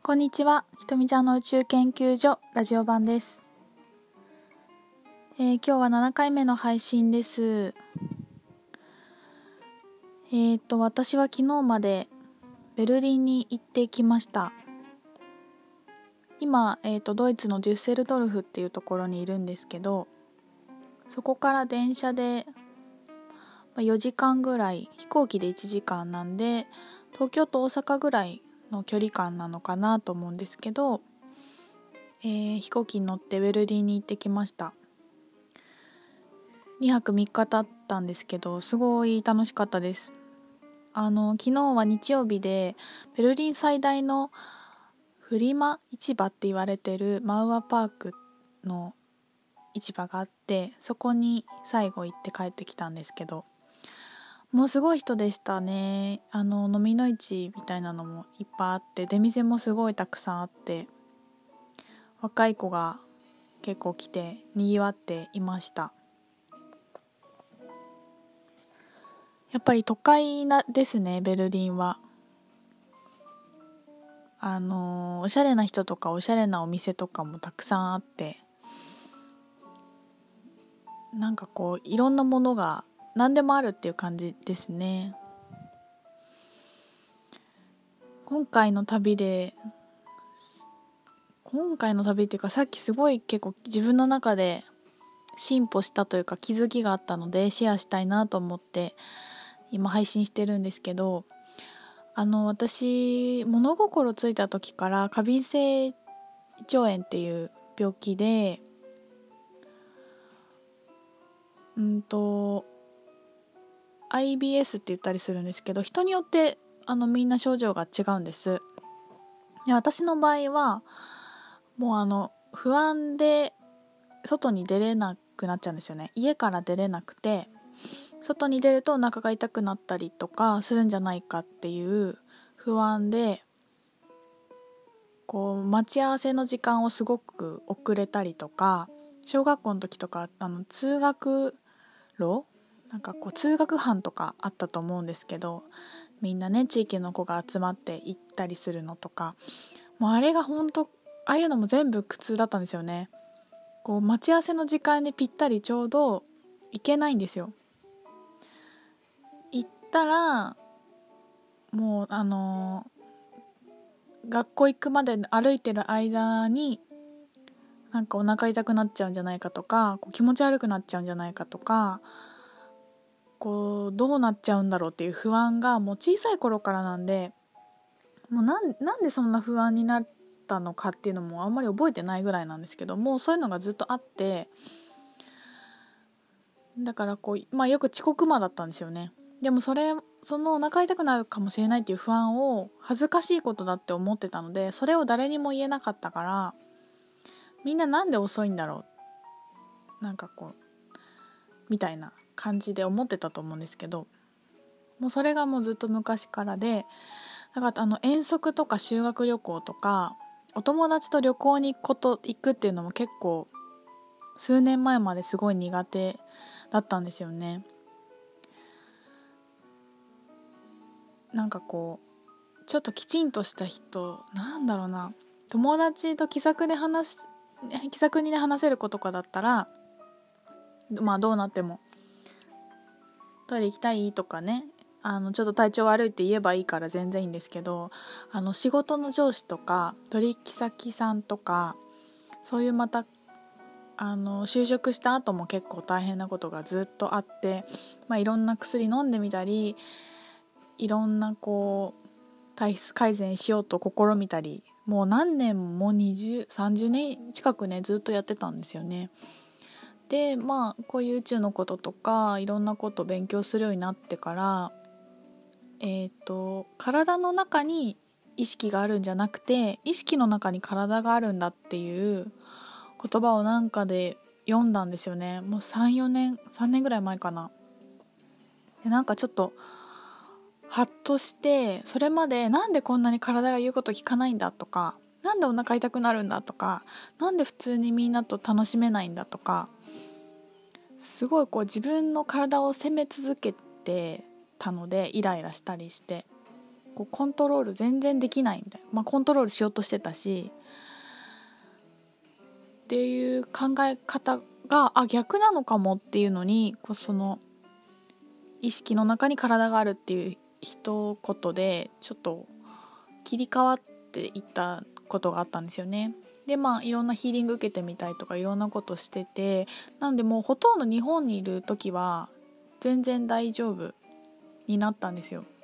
こんにちは、ひとみちゃんの宇宙研究所ラジオ版です。今日は7回目の配信です。私は昨日までベルリンに行ってきました。今、ドイツのデュッセルドルフっていうところにいるんですけど、そこから電車で4時間ぐらい、飛行機で1時間なんで、東京と大阪ぐらいの距離感なのかなと思うんですけど、飛行機に乗ってベルリンに行ってきました。2泊3日経ったんですけど、すごい楽しかったです。昨日は日曜日でベルリン最大のフリマ市場って言われてるマウアパークの市場があって、そこに最後行って帰ってきたんですけど、もうすごい人でしたね。飲みの市みたいなのもいっぱいあって、出店もすごいたくさんあって、若い子が結構来てにぎわっていました。やっぱり都会ですね、ベルリンは。おしゃれな人とかおしゃれなお店とかもたくさんあって、なんかこういろんなものが何でもあるっていう感じですね。今回の旅っていうか、さっきすごい結構自分の中で進歩したというか気づきがあったのでシェアしたいなと思って今配信してるんですけど、私物心ついた時から過敏性胃腸炎っていう病気でIBS って言ったりするんですけど、人によってみんな症状が違うんです。で、私の場合はもう不安で外に出れなくなっちゃうんですよね。家から出れなくて、外に出るとお腹が痛くなったりとかするんじゃないかっていう不安で、こう待ち合わせの時間をすごく遅れたりとか、小学校の時とか通学路なんかこう通学班とかあったと思うんですけど、みんなね地域の子が集まって行ったりするのとか、もうあれが本当ああいうのも全部苦痛だったんですよね。こう待ち合わせの時間にぴったりちょうど行けないんですよ。行ったらもう学校行くまで歩いてる間になんかお腹痛くなっちゃうんじゃないかとか、こう気持ち悪くなっちゃうんじゃないかとか、こうどうなっちゃうんだろうっていう不安がもう小さい頃からなんで、もうなんでそんな不安になったのかっていうのもあんまり覚えてないぐらいなんですけども、そういうのがずっとあって、だからこう、よく遅刻魔だったんですよね。でもそのお腹痛くなるかもしれないっていう不安を恥ずかしいことだって思ってたので、それを誰にも言えなかったから、みんななんで遅いんだろう、なんかこうみたいな感じで思ってたと思うんですけど、もうそれがもうずっと昔からで、だから遠足とか修学旅行とかお友達と旅行に行くっていうのも結構数年前まですごい苦手だったんですよね。なんかこうちょっときちんとした人、なんだろうな、友達と気さくに話せる子とかだったら、どうなってもトイレ行きたいとかね、ちょっと体調悪いって言えばいいから全然いいんですけど、仕事の上司とか取引先さんとか、そういうまた就職した後も結構大変なことがずっとあって、いろんな薬飲んでみたり、いろんなこう体質改善しようと試みたり、もう何年も30年近くねずっとやってたんですよね。でこういう宇宙のこととかいろんなことを勉強するようになってから、体の中に意識があるんじゃなくて、意識の中に体があるんだっていう言葉をなんかで読んだんですよね。もう3年ぐらい前かな。でなんかちょっとハッとして、それまでなんでこんなに体が言うこと聞かないんだとか、なんでお腹痛くなるんだとか、なんで普通にみんなと楽しめないんだとか、すごいこう自分の体を責め続けてたのでイライラしたりして、 こうコントロール全然できないみたいな、コントロールしようとしてたしっていう考え方が逆なのかもっていうのにその意識の中に体があるっていう一言でちょっと切り替わっていったことがあったんですよね。でいろんなヒーリング受けてみたいとかいろんなことしてて、なんでもうほとんど日本にいる時は全然大丈夫になったんですよ。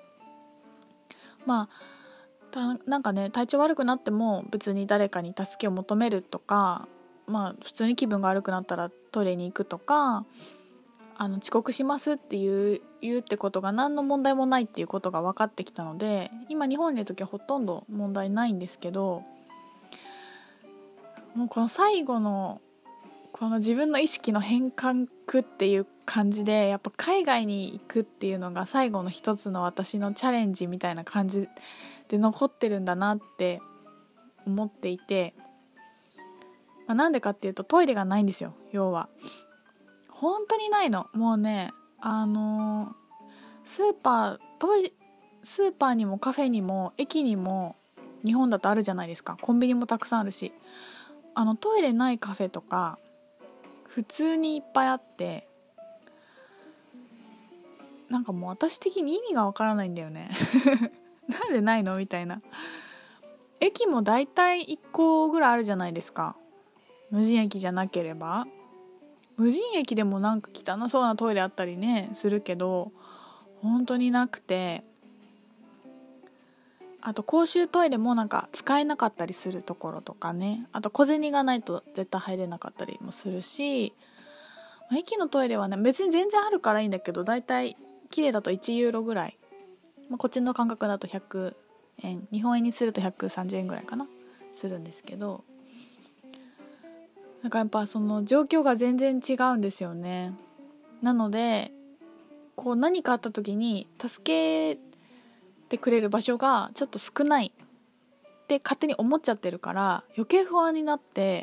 なんかね、体調悪くなっても別に誰かに助けを求めるとか、普通に気分が悪くなったらトイレに行くとか、遅刻しますって言うってことが何の問題もないっていうことが分かってきたので、今日本にいる時はほとんど問題ないんですけど、もうこの最後のこの自分の意識の変換っていう感じで、やっぱ海外に行くっていうのが最後の一つの私のチャレンジみたいな感じで残ってるんだなって思っていて、なんでかっていうとトイレがないんですよ。要は本当にないの。もうね、スーパーにもカフェにも駅にも日本だとあるじゃないですか。コンビニもたくさんあるし、トイレないカフェとか普通にいっぱいあって、なんかもう私的に意味がわからないんだよねなんでないのみたいな。駅もだいたい1個ぐらいあるじゃないですか、無人駅じゃなければ。無人駅でもなんか汚そうなトイレあったりねするけど、本当になくて、あと公衆トイレもなんか使えなかったりするところとかね、あと小銭がないと絶対入れなかったりもするし、駅のトイレはね別に全然あるからいいんだけど、だいたい綺麗だと1ユーロぐらい、こっちの感覚だと100円、日本円にすると130円ぐらいかなするんですけど、なんかやっぱその状況が全然違うんですよね。なのでこう何かあった時に助けてくれる場所がちょっと少ないって勝手に思っちゃってるから、余計不安になって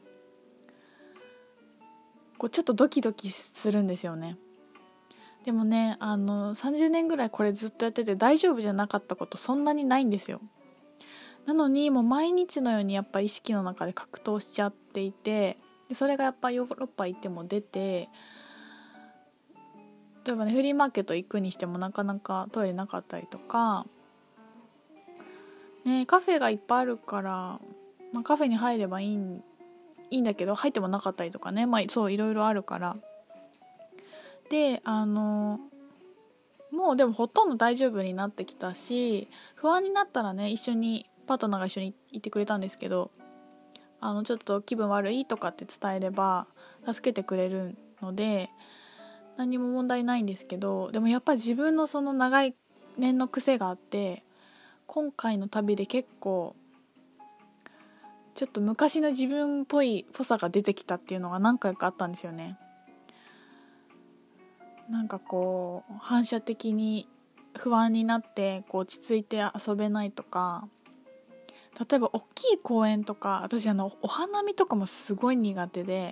こうちょっとドキドキするんですよね。でもね、30年ぐらいこれずっとやってて大丈夫じゃなかったことそんなにないんですよ。なのにもう毎日のようにやっぱ意識の中で格闘しちゃっていて、でそれがやっぱヨーロッパ行っても出て、例えばねフリーマーケット行くにしてもなかなかトイレなかったりとか、カフェがいっぱいあるから、カフェに入ればいいんだけど入ってもなかったりとかね、そういろいろあるから、でもうでもほとんど大丈夫になってきたし、不安になったらねパートナーが一緒にいてくれたんですけど、ちょっと気分悪いとかって伝えれば助けてくれるので何も問題ないんですけど、でもやっぱり自分のその長い年の癖があって、今回の旅で結構ちょっと昔の自分っぽさが出てきたっていうのが何回かあったんですよね。なんかこう反射的に不安になってこう落ち着いて遊べないとか、例えば大きい公園とか、私お花見とかもすごい苦手で、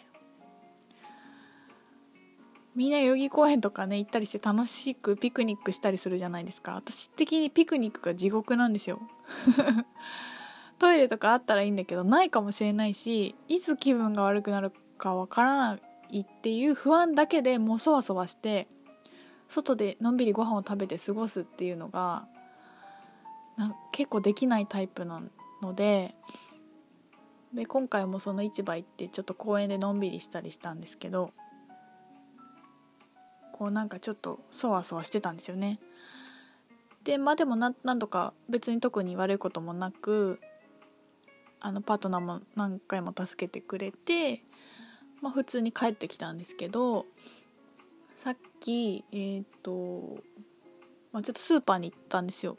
みんな代々木公園とかね行ったりして楽しくピクニックしたりするじゃないですか。私的にピクニックが地獄なんですよトイレとかあったらいいんだけどないかもしれないし、いつ気分が悪くなるかわからないっていう不安だけでもうそわそわして外でのんびりご飯を食べて過ごすっていうのが結構できないタイプなので、今回もその市場行ってちょっと公園でのんびりしたりしたんですけど、こうなんかちょっとそわそわしてたんですよね。ででも何度か別に特に悪いこともなく、パートナーも何回も助けてくれて、普通に帰ってきたんですけど、さっきちょっとスーパーに行ったんですよ。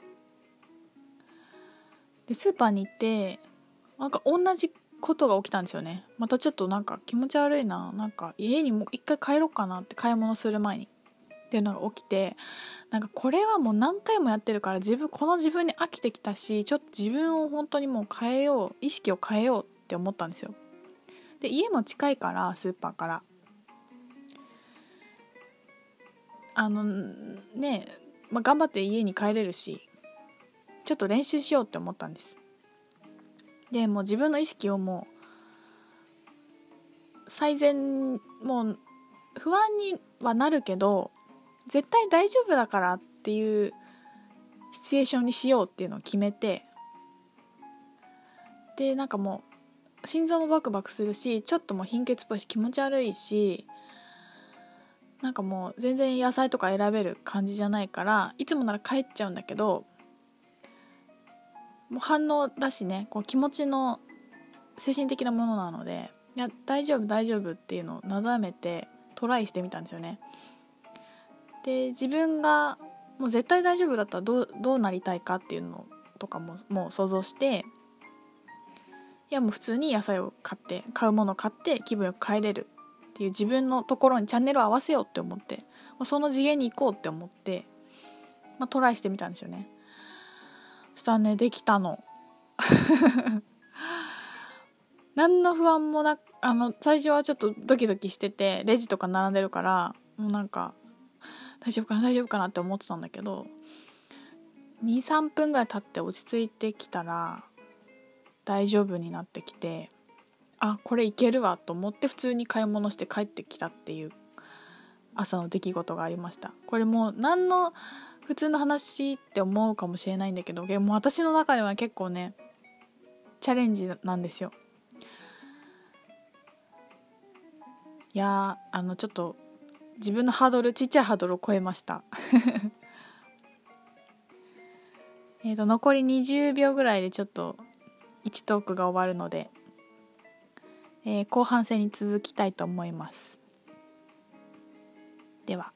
でスーパーに行ってなんか同じことが起きたんですよね。またちょっとなんか気持ち悪いな、なんか家にもう一回帰ろうかなって買い物する前にっていうのが起きて、なんかこれはもう何回もやってるからこの自分に飽きてきたし、ちょっと自分を本当にもう変えよう、意識を変えようって思ったんですよ。で家も近いからスーパーから頑張って家に帰れるし、 ちょっと練習しようって思ったんです。でもう自分の意識をもう最善、もう不安にはなるけど絶対大丈夫だからっていうシチュエーションにしようっていうのを決めて、でなんかもう心臓もバクバクするし、ちょっともう貧血っぽいし気持ち悪いし、なんかもう全然野菜とか選べる感じじゃないから、いつもなら帰っちゃうんだけど、もう反応だしね、こう気持ちの精神的なものなので、いや大丈夫大丈夫っていうのをなだめてトライしてみたんですよね。で自分がもう絶対大丈夫だったらどうなりたいかっていうのとかももう想像して、いやもう普通に野菜を買うものを買って気分よく帰れるっていう自分のところにチャンネルを合わせようって思って、その次元に行こうって思って、トライしてみたんですよね。そしたらね、できたの何の不安もなく、最初はちょっとドキドキしてて、レジとか並んでるからもうなんか大丈夫かなって思ってたんだけど、 2,3 分ぐらい経って落ち着いてきたら大丈夫になってきて、あ、これいけるわと思って普通に買い物して帰ってきたっていう朝の出来事がありました。これもう何の普通の話って思うかもしれないんだけど、もう私の中では結構ねチャレンジなんですよ。いやちょっと自分のちっちゃいハードルを超えました残り20秒ぐらいでちょっと1トークが終わるので、後半戦に続きたいと思います。では。